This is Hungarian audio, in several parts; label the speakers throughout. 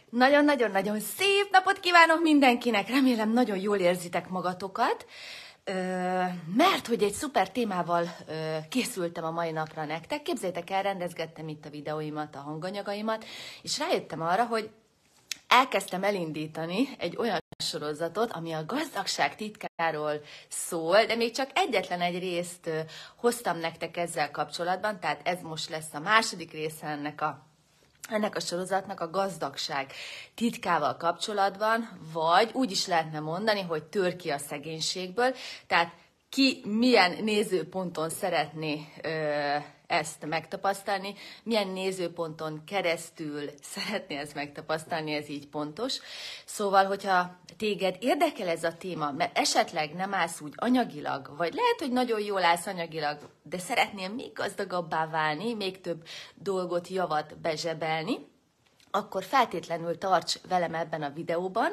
Speaker 1: Nagyon-nagyon-nagyon szép napot kívánok mindenkinek! Remélem nagyon jól érzitek magatokat, mert hogy egy szuper témával készültem a mai napra nektek. Képzeljétek el, rendezgettem itt a videóimat, a hanganyagaimat, és rájöttem arra, hogy elkezdtem elindítani egy olyan sorozatot, ami a gazdagság titkáról szól, de még csak egyetlen egy részt hoztam nektek ezzel kapcsolatban, tehát ez most lesz a második része ennek a sorozatnak, a gazdagság titkával kapcsolatban, vagy úgy is lehetne mondani, hogy tör ki a szegénységből, tehát ki milyen nézőponton szeretné ezt megtapasztalni, milyen nézőponton keresztül szeretné ezt megtapasztalni, ez így pontos. Szóval, hogyha téged érdekel ez a téma, mert esetleg nem állsz úgy anyagilag, vagy lehet, hogy nagyon jól állsz anyagilag, de szeretnél még gazdagabbá válni, még több dolgot, javat bezsebelni, akkor feltétlenül tarts velem ebben a videóban,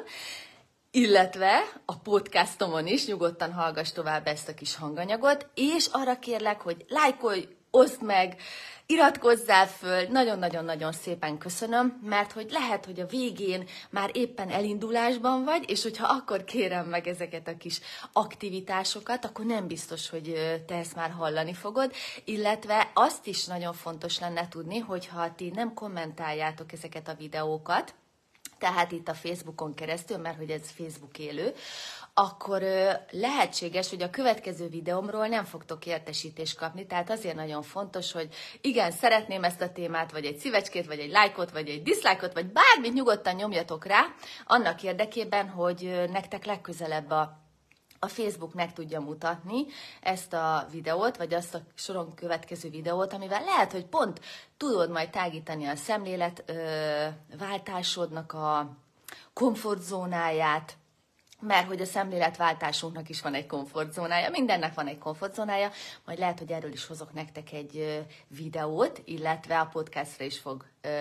Speaker 1: illetve a podcastomon is, nyugodtan hallgass tovább ezt a kis hanganyagot, és arra kérlek, hogy lájkolj, oszd meg, iratkozzál föl, nagyon-nagyon-nagyon szépen köszönöm, mert hogy lehet, hogy a végén már éppen elindulásban vagy, és hogyha akkor kérem meg ezeket a kis aktivitásokat, akkor nem biztos, hogy te ezt már hallani fogod, illetve azt is nagyon fontos lenne tudni, hogyha ti nem kommentáljátok ezeket a videókat, tehát itt a Facebookon keresztül, mert hogy ez Facebook élő, akkor lehetséges, hogy a következő videómról nem fogtok értesítést kapni, tehát azért nagyon fontos, hogy igen, szeretném ezt a témát, vagy egy szívecskét, vagy egy lájkot, vagy egy diszlájkot, vagy bármit nyugodtan nyomjatok rá, annak érdekében, hogy nektek legközelebb a Facebook meg tudja mutatni ezt a videót, vagy azt a soron következő videót, amivel lehet, hogy pont tudod majd tágítani a szemléletváltásodnak a komfortzónáját, mert hogy a szemléletváltásunknak is van egy komfortzónája, mindennek van egy komfortzónája, majd lehet, hogy erről is hozok nektek egy videót, illetve a podcastra is fog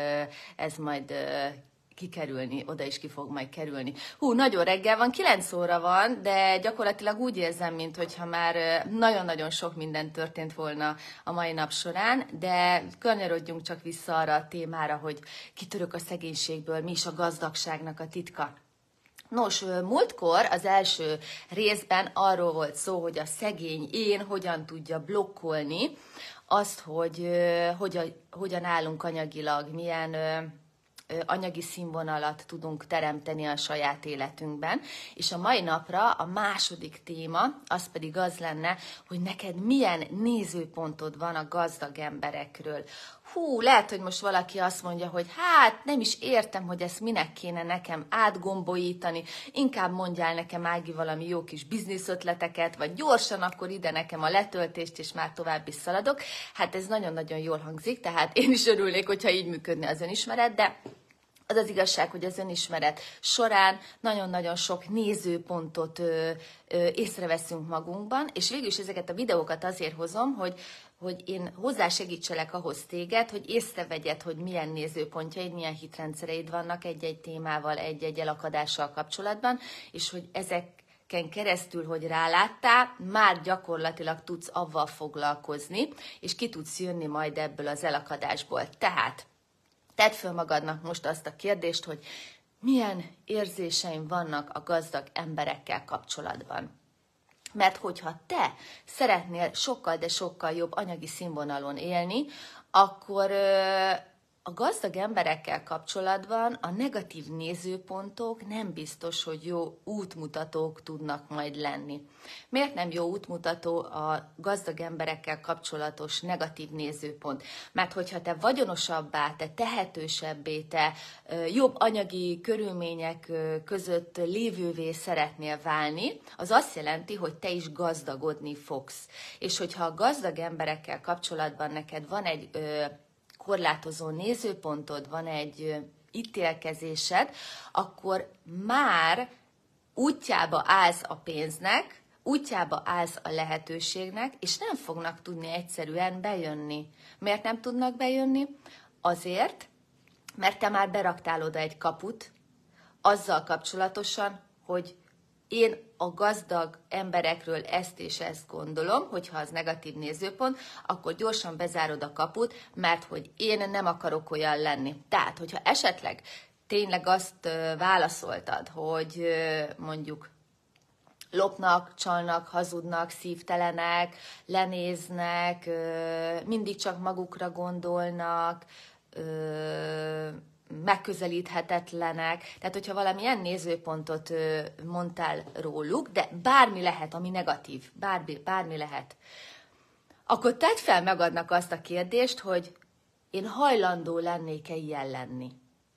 Speaker 1: ez majd kikerülni, oda is ki fog majd kerülni. Nagyon reggel van, 9 óra van, de gyakorlatilag úgy érzem, mintha már nagyon-nagyon sok minden történt volna a mai nap során, de kanyarodjunk csak vissza arra a témára, hogy kitörök a szegénységből, mi is a gazdagságnak a titka. Nos, múltkor az első részben arról volt szó, hogy a szegény én hogyan tudja blokkolni azt, hogy hogyan állunk anyagilag, milyen anyagi színvonalat tudunk teremteni a saját életünkben. És a mai napra a második téma, az pedig az lenne, hogy neked milyen nézőpontod van a gazdag emberekről. Lehet, hogy most valaki azt mondja, hogy hát nem is értem, hogy ezt minek kéne nekem átgombolítani, inkább mondjál nekem, Ági, valami jó kis bizniszötleteket, vagy gyorsan akkor ide nekem a letöltést, és már tovább is szaladok. Hát ez nagyon-nagyon jól hangzik, tehát én is örülnék, hogyha így működne az önismeret, de az az igazság, hogy az önismeret során nagyon-nagyon sok nézőpontot észreveszünk magunkban, és végül is ezeket a videókat azért hozom, hogy én hozzásegítselek ahhoz téged, hogy észrevegyed, hogy milyen nézőpontjaid, milyen hitrendszereid vannak egy-egy témával, egy-egy elakadással kapcsolatban, és hogy ezeken keresztül, hogy ráláttál, már gyakorlatilag tudsz avval foglalkozni, és ki tudsz jönni majd ebből az elakadásból. Tehát tedd föl magadnak most azt a kérdést, hogy milyen érzéseim vannak a gazdag emberekkel kapcsolatban. Mert hogyha te szeretnél sokkal, de sokkal jobb anyagi színvonalon élni, akkor a gazdag emberekkel kapcsolatban a negatív nézőpontok nem biztos, hogy jó útmutatók tudnak majd lenni. Miért nem jó útmutató a gazdag emberekkel kapcsolatos negatív nézőpont? Mert hogyha te vagyonosabbá, te tehetősebbé, te jobb anyagi körülmények között lévővé szeretnél válni, az azt jelenti, hogy te is gazdagodni fogsz. És hogyha a gazdag emberekkel kapcsolatban neked van egy korlátozó nézőpontod, van egy ítélkezésed, akkor már útjába állsz a pénznek, útjába állsz a lehetőségnek, és nem fognak tudni egyszerűen bejönni. Miért nem tudnak bejönni? Azért, mert te már beraktál oda egy kaput, azzal kapcsolatosan, hogy én a gazdag emberekről ezt és ezt gondolom, hogyha az negatív nézőpont, akkor gyorsan bezárod a kaput, mert hogy én nem akarok olyan lenni. Tehát, hogyha esetleg tényleg azt válaszoltad, hogy mondjuk lopnak, csalnak, hazudnak, szívtelenek, lenéznek, mindig csak magukra gondolnak, megközelíthetetlenek. Tehát, hogyha valamilyen nézőpontot mondtál róluk, de bármi lehet, ami negatív, bármi lehet, akkor tedd fel magadnak azt a kérdést, hogy én hajlandó lennék-e ilyen lenni.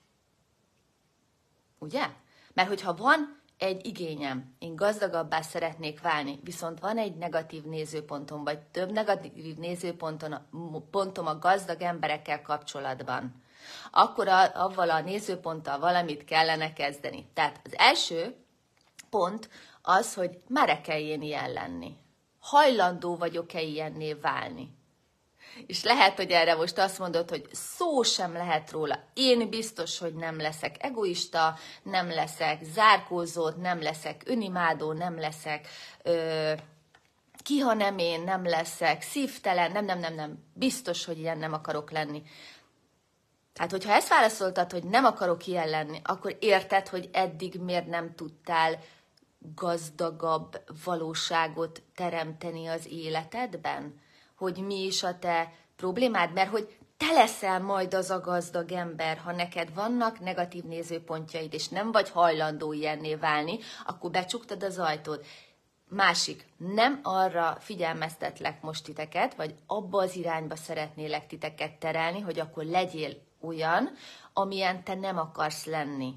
Speaker 1: Ugye? Mert hogyha van egy igényem, én gazdagabbá szeretnék válni, viszont van egy negatív nézőpontom, vagy több negatív nézőpontom a gazdag emberekkel kapcsolatban, akkor avval a nézőponttal valamit kellene kezdeni. Tehát az első pont az, hogy merek-e én ilyen lenni. Hajlandó vagyok-e ilyenné válni. És lehet, hogy erre most azt mondod, hogy szó sem lehet róla. Én biztos, hogy nem leszek egoista, nem leszek zárkózó, nem leszek önimádó, nem leszek ki, ha nem én, nem leszek szívtelen, nem. Biztos, hogy ilyen nem akarok lenni. Hát, hogyha ezt válaszoltad, hogy nem akarok ilyen lenni, akkor érted, hogy eddig miért nem tudtál gazdagabb valóságot teremteni az életedben? Hogy mi is a te problémád? Mert hogy te leszel majd az a gazdag ember, ha neked vannak negatív nézőpontjaid, és nem vagy hajlandó ilyenné válni, akkor becsuktad az ajtót. Másik, nem arra figyelmeztetlek most titeket, vagy abba az irányba szeretnélek titeket terelni, hogy akkor legyél olyan, amilyen te nem akarsz lenni.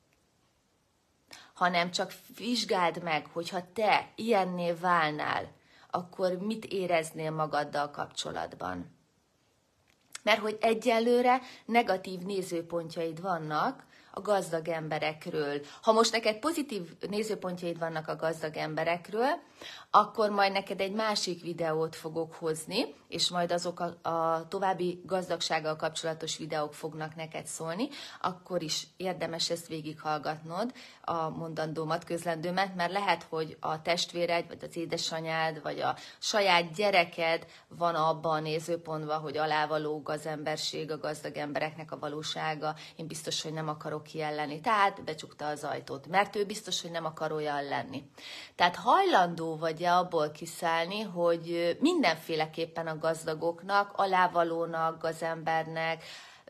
Speaker 1: Hanem csak vizsgáld meg, hogyha te ilyenné válnál, akkor mit éreznél magaddal kapcsolatban. Mert hogy egyelőre negatív nézőpontjaid vannak a gazdag emberekről. Ha most neked pozitív nézőpontjaid vannak a gazdag emberekről, akkor majd neked egy másik videót fogok hozni, és majd azok a további gazdagsággal kapcsolatos videók fognak neked szólni, akkor is érdemes ezt végighallgatnod, a mondandómat, közlendőmet, mert lehet, hogy a testvéred, vagy az édesanyád, vagy a saját gyereked van abban a nézőpontban, hogy alávaló az emberség, a gazdag embereknek a valósága, én biztos, hogy nem akarok ilyen lenni. Tehát becsukta az ajtót, mert ő biztos, hogy nem akar olyan lenni. Tehát hajlandó vagy-e abból kiszállni, hogy mindenféleképpen a gazdagoknak, alávalónak, gazembernek,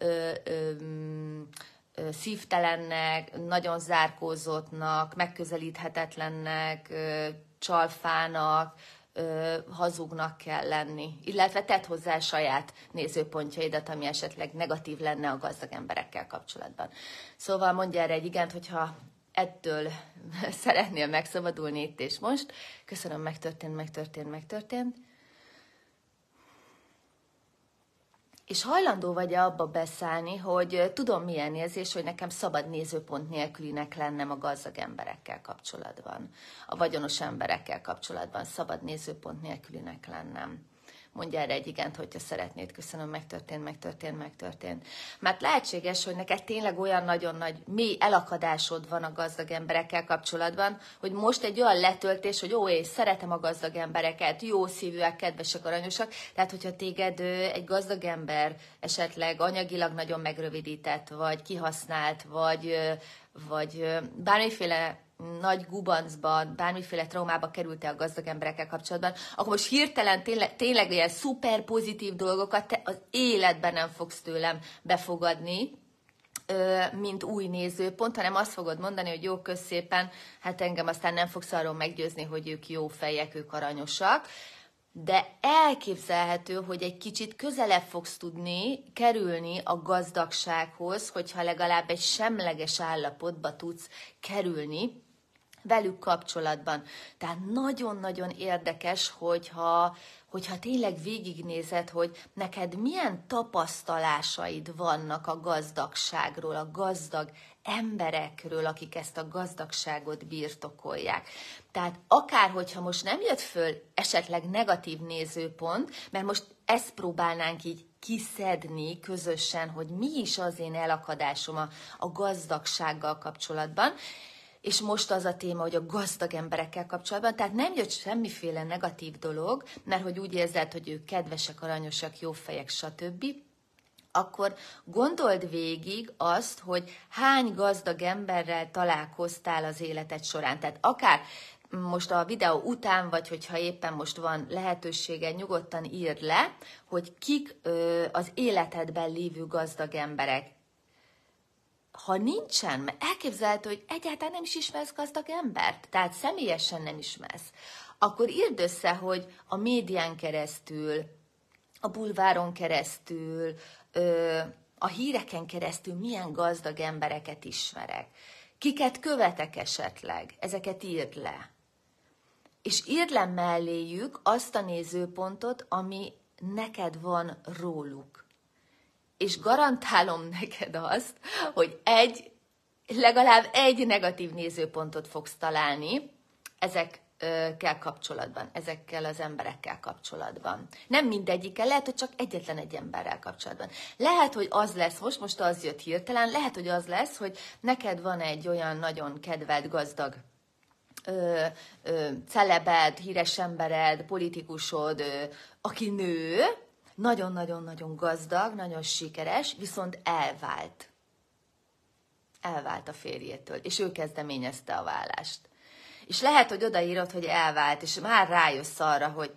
Speaker 1: szívtelennek, nagyon zárkózottnak, megközelíthetetlennek, csalfának, hazugnak kell lenni. Illetve tedd hozzá saját nézőpontjaidat, ami esetleg negatív lenne a gazdag emberekkel kapcsolatban. Szóval mondj erre egy igent, hogyha ettől szeretnél megszabadulni itt és most. Köszönöm, megtörtént. És hajlandó vagy-e abba beszállni, hogy tudom milyen érzés, hogy nekem szabad nézőpont nélkülinek lennem a gazdag emberekkel kapcsolatban. A vagyonos emberekkel kapcsolatban szabad nézőpont nélkülinek lennem. Mondj erre egy igent, hogyha szeretnéd. Köszönöm, megtörtént. Mert lehetséges, hogy neked tényleg olyan nagyon nagy, mély elakadásod van a gazdag emberekkel kapcsolatban, hogy most egy olyan letöltés, hogy én szeretem a gazdag embereket, jó szívűek, kedvesek, aranyosak. Tehát, hogyha téged egy gazdag ember esetleg anyagilag nagyon megrövidített, vagy kihasznált, vagy bármiféle nagy gubancban, bármiféle traumába került-e a gazdag emberekkel kapcsolatban, akkor most hirtelen tényleg ilyen szuper pozitív dolgokat te az életben nem fogsz tőlem befogadni, mint új nézőpont, hanem azt fogod mondani, hogy jó, kösz szépen, hát engem aztán nem fogsz arról meggyőzni, hogy ők jó fejek, ők aranyosak, de elképzelhető, hogy egy kicsit közelebb fogsz tudni kerülni a gazdagsághoz, hogyha legalább egy semleges állapotba tudsz kerülni velük kapcsolatban. Tehát nagyon-nagyon érdekes, hogyha tényleg végignézed, hogy neked milyen tapasztalásaid vannak a gazdagságról, a gazdag emberekről, akik ezt a gazdagságot birtokolják. Tehát akár, hogyha most nem jött föl esetleg negatív nézőpont, mert most ezt próbálnánk így kiszedni közösen, hogy mi is az én elakadásom a gazdagsággal kapcsolatban, és most az a téma, hogy a gazdag emberekkel kapcsolatban, tehát nem jött semmiféle negatív dolog, mert hogy úgy érzed, hogy ők kedvesek, aranyosak, jó fejek, stb., akkor gondold végig azt, hogy hány gazdag emberrel találkoztál az életed során. Tehát akár most a videó után, vagy hogyha éppen most van lehetősége, nyugodtan írd le, hogy kik az életedben lévő gazdag emberek. Ha nincsen, mert elképzelhető, hogy egyáltalán nem is ismersz gazdag embert, tehát személyesen nem ismersz, akkor írd össze, hogy a médián keresztül, a bulváron keresztül, a híreken keresztül milyen gazdag embereket ismerek. Kiket követek esetleg, ezeket írd le. És írd le melléjük azt a nézőpontot, ami neked van róluk. És garantálom neked azt, hogy legalább egy negatív nézőpontot fogsz találni ezekkel kapcsolatban, ezekkel az emberekkel kapcsolatban. Nem mindegyikkel, lehet, hogy csak egyetlen egy emberrel kapcsolatban. Lehet, hogy az lesz, most az jött hirtelen, lehet, hogy az lesz, hogy neked van egy olyan nagyon kedvelt, gazdag celebed, híres embered, politikusod, aki nő, nagyon-nagyon-nagyon gazdag, nagyon sikeres, viszont elvált. Elvált a férjétől, és ő kezdeményezte a válást. És lehet, hogy odaírod, hogy elvált, és már rájössz arra, hogy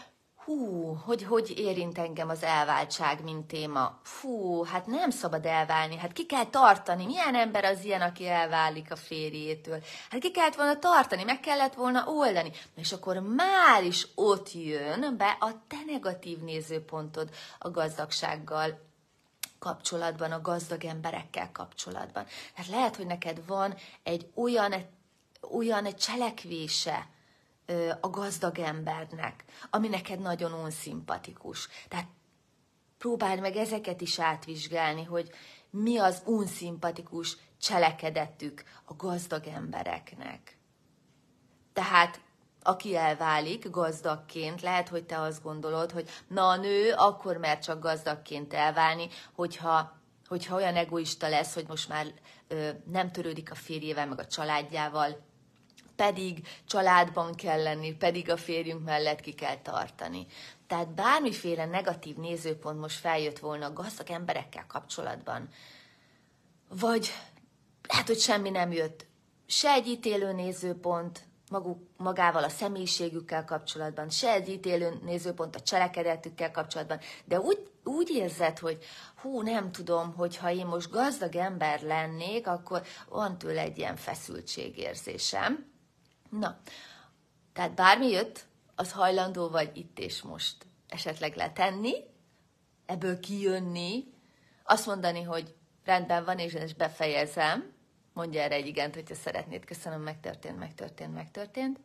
Speaker 1: hogy érint engem az elváltság, mint téma. Hát nem szabad elválni, hát ki kell tartani. Milyen ember az ilyen, aki elválik a férjétől? Hát ki kellett volna tartani, meg kellett volna oldani. És akkor már is ott jön be a te negatív nézőpontod a gazdagsággal kapcsolatban, a gazdag emberekkel kapcsolatban. Tehát lehet, hogy neked van egy olyan cselekvése a gazdag embernek, ami neked nagyon unszimpatikus. Tehát próbáld meg ezeket is átvizsgálni, hogy mi az unszimpatikus cselekedetük a gazdag embereknek. Tehát aki elválik gazdagként, lehet, hogy te azt gondolod, hogy na a nő akkor mer csak gazdagként elválni, hogyha olyan egoista lesz, hogy most már nem törődik a férjével, meg a családjával, pedig családban kell lenni, pedig a férjünk mellett ki kell tartani. Tehát bármiféle negatív nézőpont most feljött volna a gazdag emberekkel kapcsolatban, vagy lehet, hogy semmi nem jött, se egy ítélő nézőpont magával a személyiségükkel kapcsolatban, se egy ítélő nézőpont a cselekedetükkel kapcsolatban, de úgy érzed, hogy nem tudom, hogyha én most gazdag ember lennék, akkor van tőle egy ilyen feszültségérzésem. Na, tehát bármi jött, az hajlandó vagy itt és most esetleg letenni, ebből kijönni, azt mondani, hogy rendben van, és befejezem, mondja erre egy igent, hogyha szeretnéd, köszönöm, megtörtént.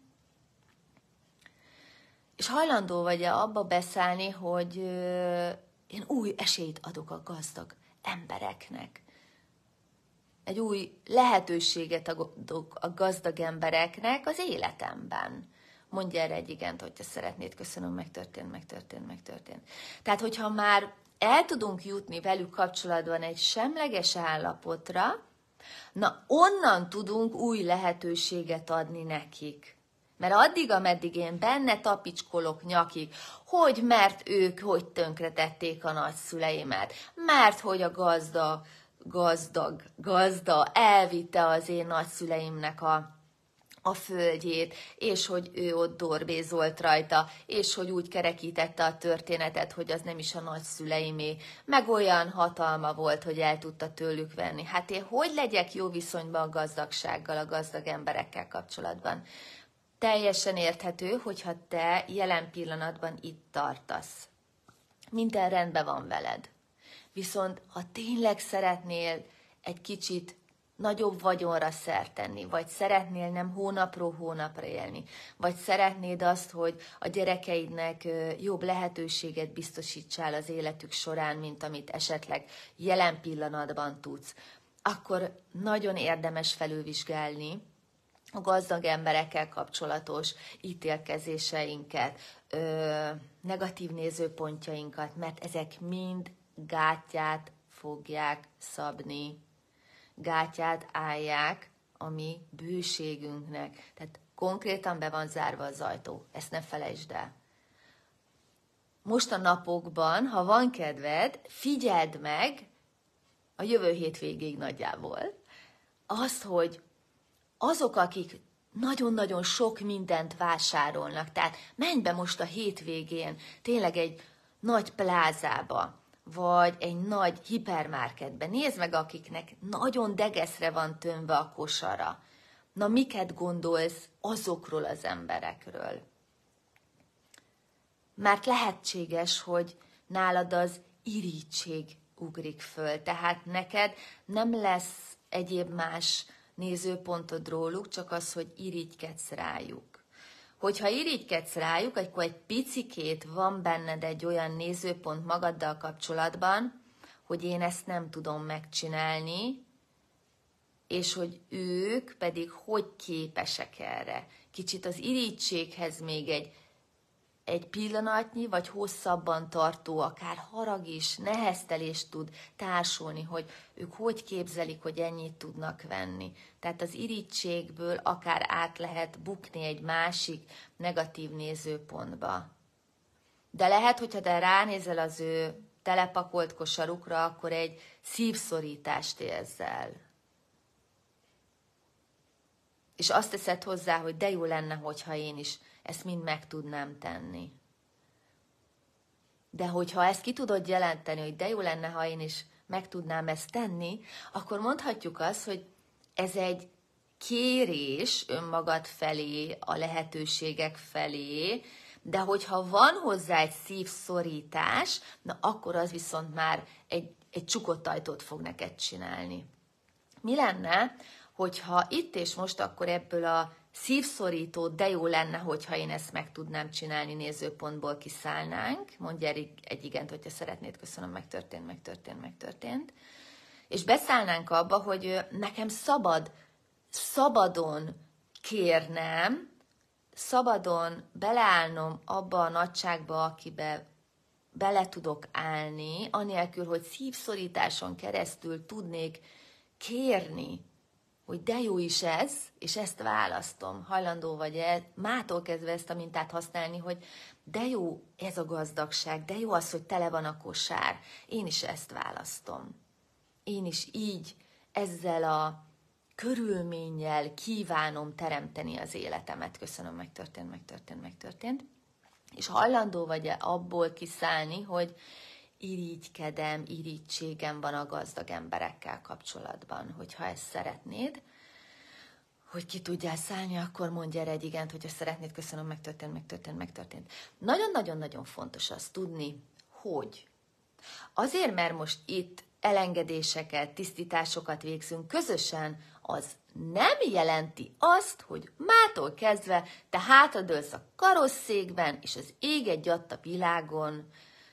Speaker 1: És hajlandó vagy-e abba beszállni, hogy én új esélyt adok a gazdag embereknek. Egy új lehetőséget adok a gazdag embereknek az életemben. Mondja erre egy igent, hogyha szeretnéd, köszönöm, megtörtént. Tehát, hogyha már el tudunk jutni velük kapcsolatban egy semleges állapotra, na onnan tudunk új lehetőséget adni nekik. Mert addig, ameddig én benne tapicskolok nyakig, hogy mert ők hogy tönkretették a nagyszüleimet, mert hogy a gazda elvitte az én nagyszüleimnek a földjét, és hogy ő ott dorbézolt rajta, és hogy úgy kerekítette a történetet, hogy az nem is a nagyszüleimé, meg olyan hatalma volt, hogy el tudta tőlük venni. Hát én hogy legyek jó viszonyban a gazdagsággal, a gazdag emberekkel kapcsolatban? Teljesen érthető, hogyha te jelen pillanatban itt tartasz. Minden rendben van veled. Viszont ha tényleg szeretnél egy kicsit nagyobb vagyonra szert tenni, vagy szeretnél nem hónapról hónapra élni, vagy szeretnéd azt, hogy a gyerekeidnek jobb lehetőséget biztosítsál az életük során, mint amit esetleg jelen pillanatban tudsz, akkor nagyon érdemes felülvizsgálni a gazdag emberekkel kapcsolatos ítélkezéseinket, negatív nézőpontjainkat, mert ezek mind gátját fogják szabni, gátját állják a mi bőségünknek. Tehát konkrétan be van zárva az ajtó, ezt ne felejtsd el. most a napokban, ha van kedved, figyeld meg a jövő hét végéig nagyjából azt, hogy azok, akik nagyon-nagyon sok mindent vásárolnak, tehát menj be most a hétvégén tényleg egy nagy plázába, vagy egy nagy hipermarketbe, nézd meg, akiknek nagyon degeszre van tömve a kosara. Na, miket gondolsz azokról az emberekről? Mert lehetséges, hogy nálad az irigység ugrik föl, tehát neked nem lesz egyéb más nézőpontod róluk, csak az, hogy irigykedsz rájuk. Hogyha irigykedsz rájuk, akkor egy picikét van benned egy olyan nézőpont magaddal kapcsolatban, hogy én ezt nem tudom megcsinálni, és hogy ők pedig hogy képesek erre. Kicsit az irigységhez még egy pillanatnyi, vagy hosszabban tartó, akár harag is, neheztelés tud társulni, hogy ők hogy képzelik, hogy ennyit tudnak venni. Tehát az irigységből akár át lehet bukni egy másik negatív nézőpontba. De lehet, hogyha te ránézel az ő telepakolt kosarukra, akkor egy szívszorítást érzel. És azt teszed hozzá, hogy de jó lenne, hogyha én is ezt mind meg tudnám tenni. De hogyha ezt ki tudod jelenteni, hogy de jó lenne, ha én is meg tudnám ezt tenni, akkor mondhatjuk azt, hogy ez egy kérés önmagad felé, a lehetőségek felé, de hogyha van hozzá egy szívszorítás, na akkor az viszont már egy csukott ajtót fog neked csinálni. Mi lenne, hogyha itt és most akkor ebből a szívszorító, de jó lenne, hogyha én ezt meg tudnám csinálni nézőpontból kiszállnánk. Mondj egy igent, hogyha szeretnéd, köszönöm, megtörtént. És beszállnánk abba, hogy nekem szabadon kérnem, szabadon beleállnom abba a nagyságba, akibe bele tudok állni, anélkül, hogy szívszorításon keresztül tudnék kérni, hogy de jó is ez, és ezt választom, hajlandó vagy mától kezdve ezt a mintát használni, hogy de jó ez a gazdagság, de jó az, hogy tele van a kosár, én is ezt választom. Én is így, ezzel a körülménnyel kívánom teremteni az életemet. Köszönöm, megtörtént. És hajlandó vagy abból kiszállni, hogy irigységem van a gazdag emberekkel kapcsolatban, hogyha ezt szeretnéd, hogy ki tudjál szállni, akkor mondj erre egy igent, hogyha szeretnéd, köszönöm, megtörtént. Nagyon-nagyon-nagyon fontos azt tudni, hogy azért, mert most itt elengedéseket, tisztításokat végzünk közösen, az nem jelenti azt, hogy mától kezdve te hátradőlsz a karosszékben, és az ég egy adta világon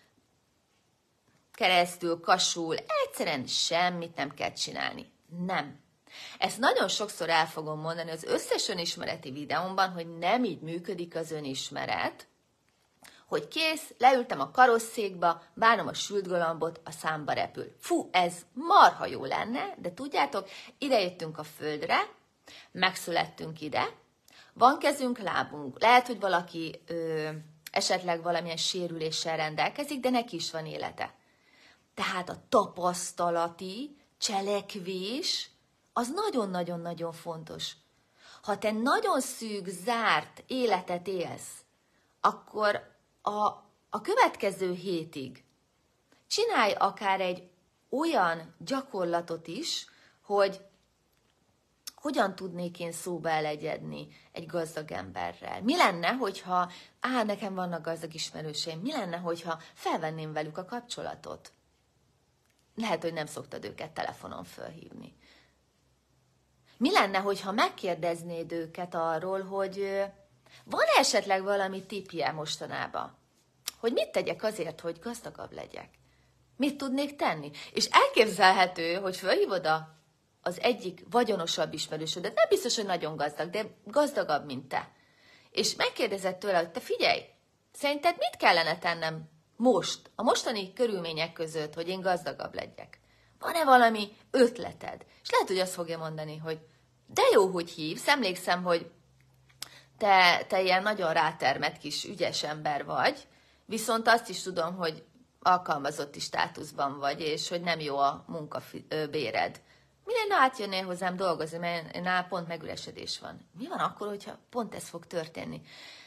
Speaker 1: keresztül kasul, egyszerűen semmit nem kell csinálni. Nem. Ezt nagyon sokszor el fogom mondani az összes önismereti videómban, hogy nem így működik az önismeret, hogy kész, leültem a karosszékba, bánom a sült galambot, a számba repül. Fú, ez marha jó lenne, de tudjátok, ide jöttünk a földre, megszülettünk ide, van kezünk, lábunk. Lehet, hogy valaki esetleg valamilyen sérüléssel rendelkezik, de neki is van élete. Tehát a tapasztalati cselekvés az nagyon-nagyon-nagyon fontos. Ha te nagyon szűk, zárt életet élsz, akkor a következő hétig csinálj akár egy olyan gyakorlatot is, hogy hogyan tudnék én szóba elegyedni egy gazdag emberrel. Mi lenne, hogyha, nekem vannak gazdag ismerőseim, mi lenne, hogyha felvenném velük a kapcsolatot? Lehet, hogy nem szoktad őket telefonon fölhívni. Mi lenne, hogyha megkérdeznéd őket arról, hogy van esetleg valami tippje mostanában? Hogy mit tegyek azért, hogy gazdagabb legyek? Mit tudnék tenni? És elképzelhető, hogy fölhívod az egyik vagyonosabb ismerősödet, nem biztos, hogy nagyon gazdag, de gazdagabb, mint te. És megkérdezed tőle, hogy te figyelj, szerinted mit kellene tennem most, a mostani körülmények között, hogy én gazdagabb legyek? Van-e valami ötleted? És lehet, hogy azt fogja mondani, hogy de jó, hogy hívsz, emlékszem, hogy te ilyen nagyon rátermett kis ügyes ember vagy, Viszont azt is tudom, hogy alkalmazotti státuszban vagy, és hogy nem jó a munkabéred. Mi lenne, átjönnél hozzám dolgozni, mert nála pont megüresedés van. Mi van akkor, hogyha pont ez fog történni?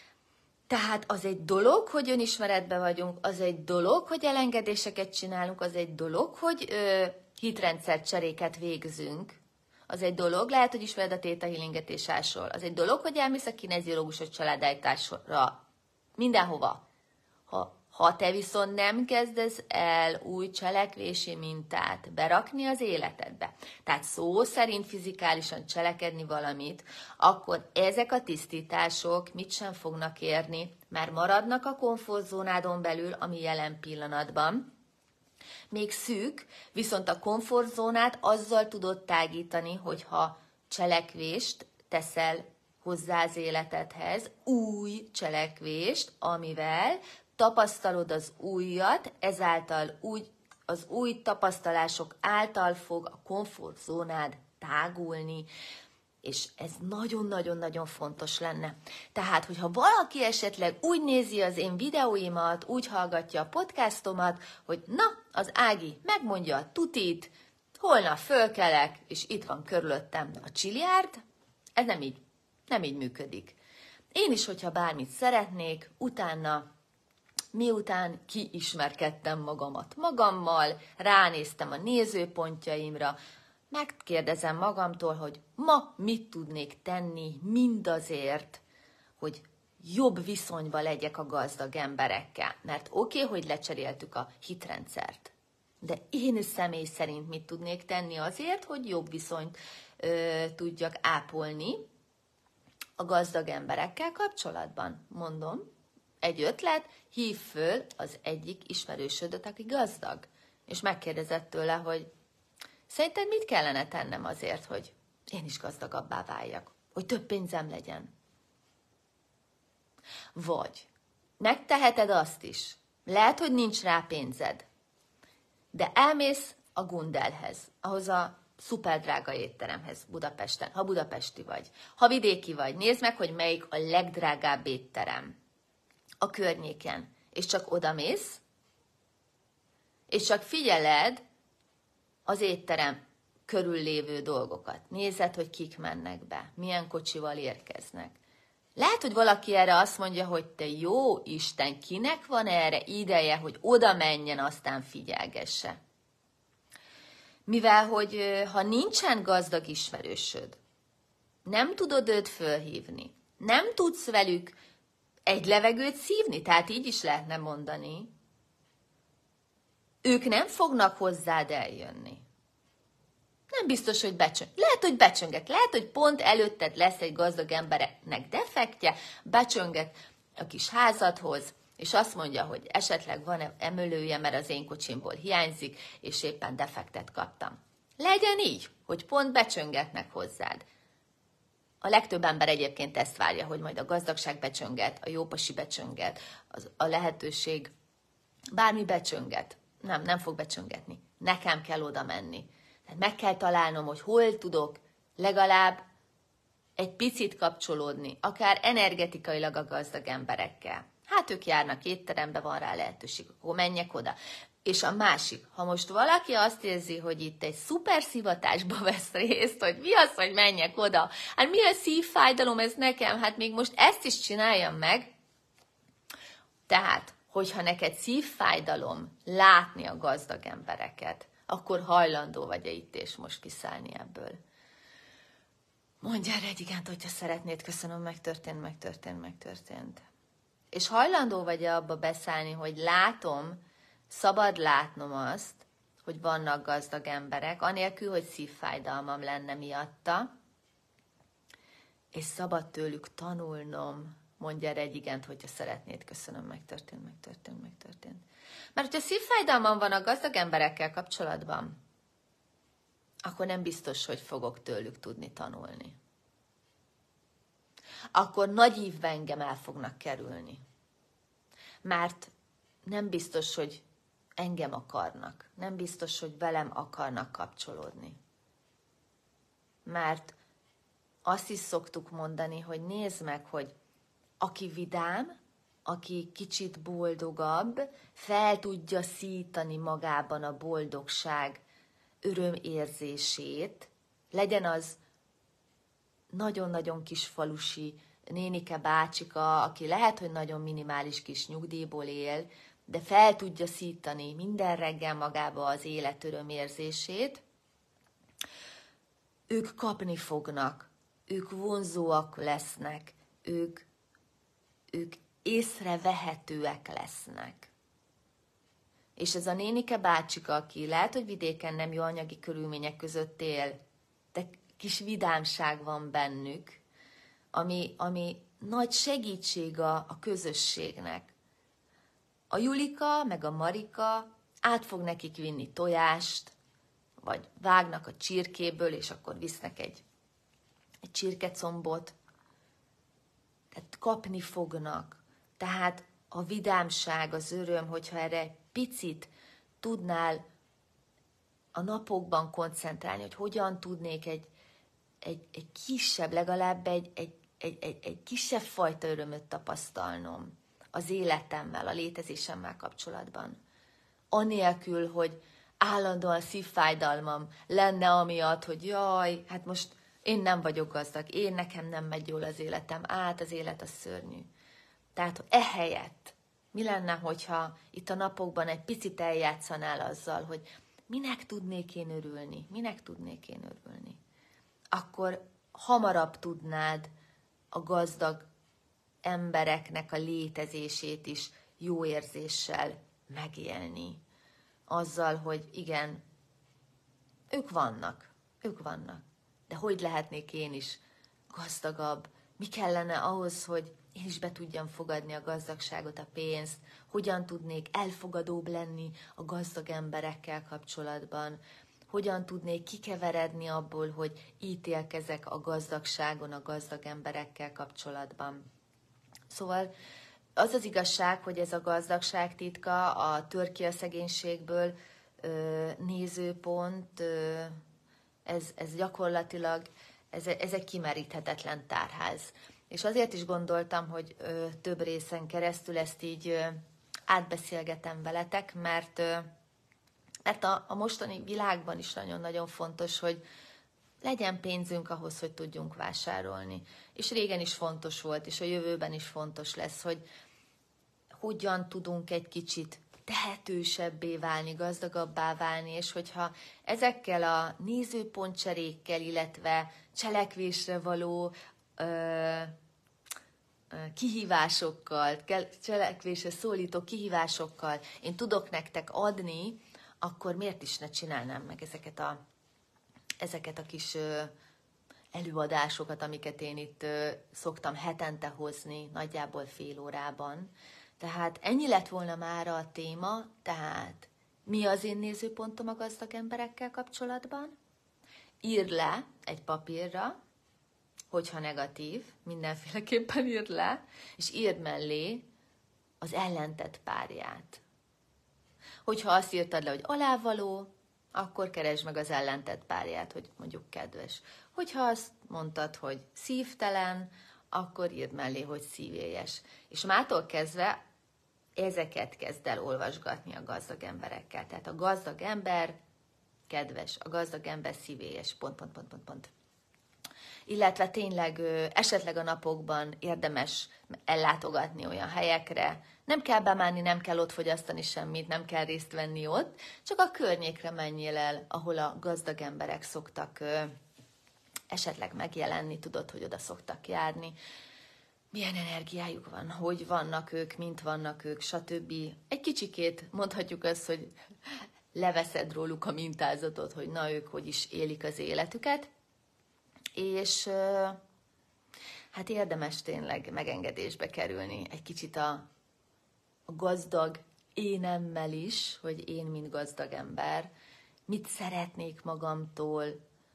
Speaker 1: Tehát az egy dolog, hogy önismeretben vagyunk, az egy dolog, hogy elengedéseket csinálunk, az egy dolog, hogy hitrendszer cseréket végzünk. Az egy dolog, lehet, hogy ismered a Theta Healinget és ásol. Az egy dolog, hogy elmész a kineziológusod családállításra. Mindenhova. Ha te viszont nem kezdesz el új cselekvési mintát berakni az életedbe, tehát szó szerint fizikálisan cselekedni valamit, akkor ezek a tisztítások mit sem fognak érni, mert maradnak a komfortzónádon belül, ami jelen pillanatban még szűk, viszont a komfortzónát azzal tudod tágítani, hogyha cselekvést teszel hozzá az életedhez, új cselekvést, amivel tapasztalod az újat, ezáltal az új tapasztalások által fog a komfortzónád tágulni, és ez nagyon-nagyon-nagyon fontos lenne. Tehát, hogyha valaki esetleg úgy nézi az én videóimat, úgy hallgatja a podcastomat, hogy na, az Ági megmondja a tutit, holnap fölkelek, és itt van körülöttem a csiliárd, ez nem így működik. Én is, hogyha bármit szeretnék, utána, miután kiismerkedtem magammal, ránéztem a nézőpontjaimra, megkérdezem magamtól, hogy ma mit tudnék tenni mindazért, hogy jobb viszonyba legyek a gazdag emberekkel. Mert oké, hogy lecseréltük a hitrendszert, de én személy szerint mit tudnék tenni azért, hogy jobb viszonyt tudjak ápolni a gazdag emberekkel kapcsolatban. Mondom, egy ötlet, hív föl az egyik ismerősödöt, aki gazdag, és megkérdezett tőle, hogy szerinted mit kellene tennem azért, hogy én is gazdagabbá váljak, hogy több pénzem legyen? Vagy megteheted azt is, lehet, hogy nincs rá pénzed, de elmész a Gundelhez, ahhoz a szuperdrága étteremhez Budapesten, ha budapesti vagy. Ha vidéki vagy, nézd meg, hogy melyik a legdrágább étterem a környéken, és csak odamész, és csak figyeled az étterem körül lévő dolgokat. Nézed, hogy kik mennek be, milyen kocsival érkeznek. Lehet, hogy valaki erre azt mondja, hogy te jó Isten, kinek van erre ideje, hogy oda menjen, aztán figyelgesse. Mivel, hogy ha nincsen gazdag ismerősöd, nem tudod őt fölhívni, nem tudsz velük egy levegőt szívni, tehát így is lehetne mondani, ők nem fognak hozzád eljönni. Nem biztos, hogy becsöng. Lehet, hogy becsönget. Lehet, hogy pont előtted lesz egy gazdag embernek defektje, becsönget a kis házadhoz, és azt mondja, hogy esetleg van emelője, mert az én kocsimból hiányzik, és éppen defektet kaptam. Legyen így, hogy pont becsöngetnek hozzád. A legtöbb ember egyébként ezt várja, hogy majd a gazdagság becsönget, a jópasi becsönget, a lehetőség, bármi becsönget. Nem fog becsöngetni. Nekem kell oda menni. Tehát meg kell találnom, hogy hol tudok legalább egy picit kapcsolódni, akár energetikailag a gazdag emberekkel. Hát ők járnak étterembe, van rá lehetőség, akkor menjek oda. És a másik, ha most valaki azt érzi, hogy itt egy szuper szivatásba vesz részt, hogy mi az, hogy menjek oda, hát mi a szívfájdalom ez nekem, hát még most ezt is csináljam meg. Tehát, hogyha neked szívfájdalom látni a gazdag embereket, akkor hajlandó vagy-e itt és most kiszállni ebből. Mondj erre egy igent, hogyha szeretnéd, köszönöm, megtörtént. És hajlandó vagy-e abba beszállni, hogy látom, szabad látnom azt, hogy vannak gazdag emberek, anélkül, hogy szívfájdalmam lenne miatta, és szabad tőlük tanulnom. Mondj erre egy igent, hogyha szeretnéd, köszönöm, megtörtént. Mert hogyha szívfájdalmam van a gazdag emberekkel kapcsolatban, akkor nem biztos, hogy fogok tőlük tudni tanulni. Akkor nagy ívbe engem el fognak kerülni. Mert nem biztos, hogy engem akarnak. Nem biztos, hogy velem akarnak kapcsolódni. Mert azt is szoktuk mondani, hogy nézd meg, hogy aki vidám, aki kicsit boldogabb, fel tudja szítani magában a boldogság örömérzését, legyen az nagyon-nagyon kis falusi nénike, bácsika, aki lehet, hogy nagyon minimális kis nyugdíjból él, de fel tudja szítani minden reggel magába az élet örömérzését, ők kapni fognak, ők vonzóak lesznek, ők észrevehetőek lesznek. És ez a nénike bácsika, aki lehet, hogy vidéken nem jó anyagi körülmények között él, de kis vidámság van bennük, ami nagy segítség a közösségnek. A Julika meg a Marika át fog nekik vinni tojást, vagy vágnak a csirkéből, és akkor visznek egy csirkecombot. Tehát kapni fognak. Tehát a vidámság, az öröm, hogyha erre picit tudnál a napokban koncentrálni, hogy hogyan tudnék egy kisebb, legalább egy kisebb fajta örömöt tapasztalnom az életemmel, a létezésemmel kapcsolatban. Anélkül, hogy állandóan szívfájdalmam lenne amiatt, hogy jaj, hát most én nem vagyok gazdag, nekem nem megy jól az életem, az élet az szörnyű. Tehát ehelyett mi lenne, hogyha itt a napokban egy picit eljátszanál azzal, hogy minek tudnék én örülni, akkor hamarabb tudnád a gazdag embereknek a létezését is jó érzéssel megélni. Azzal, hogy igen, ők vannak, de hogy lehetnék én is gazdagabb? Mi kellene ahhoz, hogy én is be tudjam fogadni a gazdagságot, a pénzt? Hogyan tudnék elfogadóbb lenni a gazdag emberekkel kapcsolatban? Hogyan tudnék kikeveredni abból, hogy ítélkezek a gazdagságon, a gazdag emberekkel kapcsolatban? Szóval az az igazság, hogy ez a gazdagság titka, a tör ki a szegénységből nézőpont, ez gyakorlatilag ez egy kimeríthetetlen tárház. És azért is gondoltam, hogy több részen keresztül ezt így átbeszélgetem veletek, mert a mostani világban is nagyon-nagyon fontos, hogy legyen pénzünk ahhoz, hogy tudjunk vásárolni. És régen is fontos volt, és a jövőben is fontos lesz, hogy hogyan tudunk egy kicsit tehetősebbé válni, gazdagabbá válni, és hogyha ezekkel a nézőpontcserékkel, illetve cselekvésre való kihívásokkal, cselekvésre szólító kihívásokkal én tudok nektek adni, akkor miért is ne csinálnám meg ezeket a kis előadásokat, amiket én itt szoktam hetente hozni, nagyjából fél órában. Tehát ennyi lett volna mára a téma, tehát mi az én nézőpontom a gazdag emberekkel kapcsolatban? Írd le egy papírra, hogyha negatív, mindenféleképpen írd le, és írd mellé az ellentett párját. Hogyha azt írtad le, hogy alávaló, akkor keresd meg az ellentett párját, hogy mondjuk kedves. Hogyha azt mondtad, hogy szívtelen, akkor írd mellé, hogy szívélyes. És mától kezdve ezeket kezd el olvasgatni a gazdag emberekkel. Tehát a gazdag ember kedves, a gazdag ember szívélyes, pont. Illetve tényleg esetleg a napokban érdemes ellátogatni olyan helyekre, nem kell bemenni, nem kell ott fogyasztani semmit, nem kell részt venni ott, csak a környékre menjél el, ahol a gazdag emberek szoktak esetleg megjelenni, tudod, hogy oda szoktak járni. Milyen energiájuk van, hogy vannak ők, mint vannak ők, stb. Egy kicsikét mondhatjuk azt, hogy leveszed róluk a mintázatot, hogy na ők hogy is élik az életüket, és hát érdemes tényleg megengedésbe kerülni egy kicsit a gazdag énemmel is, hogy én, mint gazdag ember, mit szeretnék magamtól,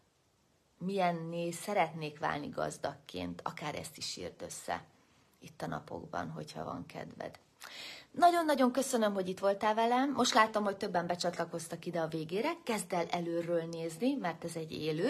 Speaker 1: milyenné szeretnék válni gazdagként, akár ezt is írd össze itt a napokban, hogyha van kedved. Nagyon-nagyon köszönöm, hogy itt voltál velem. Most látom, hogy többen becsatlakoztak ide a végére. Kezd el előről nézni, mert ez egy élő.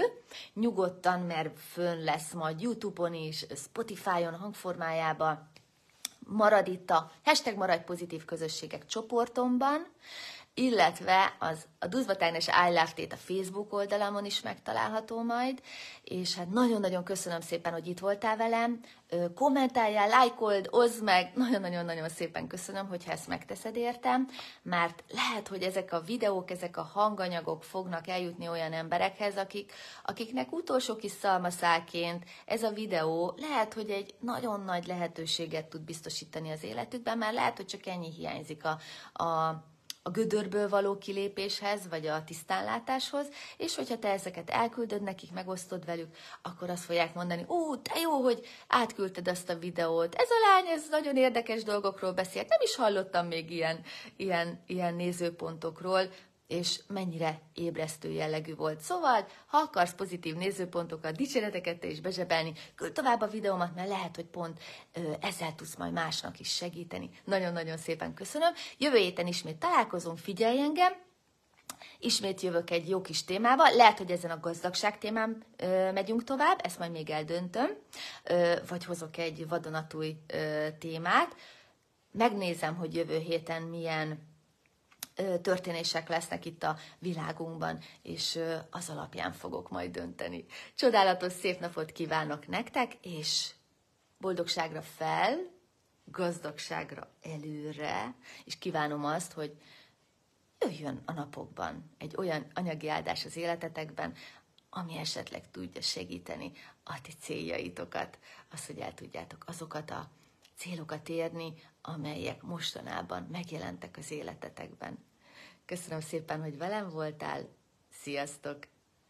Speaker 1: Nyugodtan, mert fönn lesz majd YouTube-on is, Spotify-on hangformájában. marad itt a #maradjpositív közösségek csoportomban, illetve a Duzvatán és I Love It a Facebook oldalamon is megtalálható majd, és hát nagyon-nagyon köszönöm szépen, hogy itt voltál velem, kommentáljál, lájkold, oszd meg, nagyon-nagyon-nagyon szépen köszönöm, hogyha ezt megteszed értem, mert lehet, hogy ezek a videók, ezek a hanganyagok fognak eljutni olyan emberekhez, akiknek utolsó kis szalmaszálként ez a videó lehet, hogy egy nagyon nagy lehetőséget tud biztosítani az életükben, mert lehet, hogy csak ennyi hiányzik a gödörből való kilépéshez, vagy a tisztánlátáshoz, és hogyha te ezeket elküldöd nekik, megosztod velük, akkor azt fogják mondani, te jó, hogy átküldted azt a videót, ez a lány, ez nagyon érdekes dolgokról beszélt, nem is hallottam még ilyen nézőpontokról, és mennyire ébresztő jellegű volt. Szóval, ha akarsz pozitív nézőpontokat, dicséreteket te is bezsebelni, küld tovább a videómat, mert lehet, hogy pont ezzel tudsz majd másnak is segíteni. Nagyon-nagyon szépen köszönöm. Jövő héten ismét találkozunk, figyelj engem, ismét jövök egy jó kis témával, lehet, hogy ezen a gazdagság témán megyünk tovább, ezt majd még eldöntöm, vagy hozok egy vadonatúj témát. Megnézem, hogy jövő héten milyen történések lesznek itt a világunkban, és az alapján fogok majd dönteni. Csodálatos szép napot kívánok nektek, és boldogságra fel, gazdagságra előre, és kívánom azt, hogy jöjjön a napokban egy olyan anyagi áldás az életetekben, ami esetleg tudja segíteni a ti céljaitokat, az, hogy el tudjátok azokat a célokat érni, amelyek mostanában megjelentek az életetekben. Köszönöm szépen, hogy velem voltál. Sziasztok!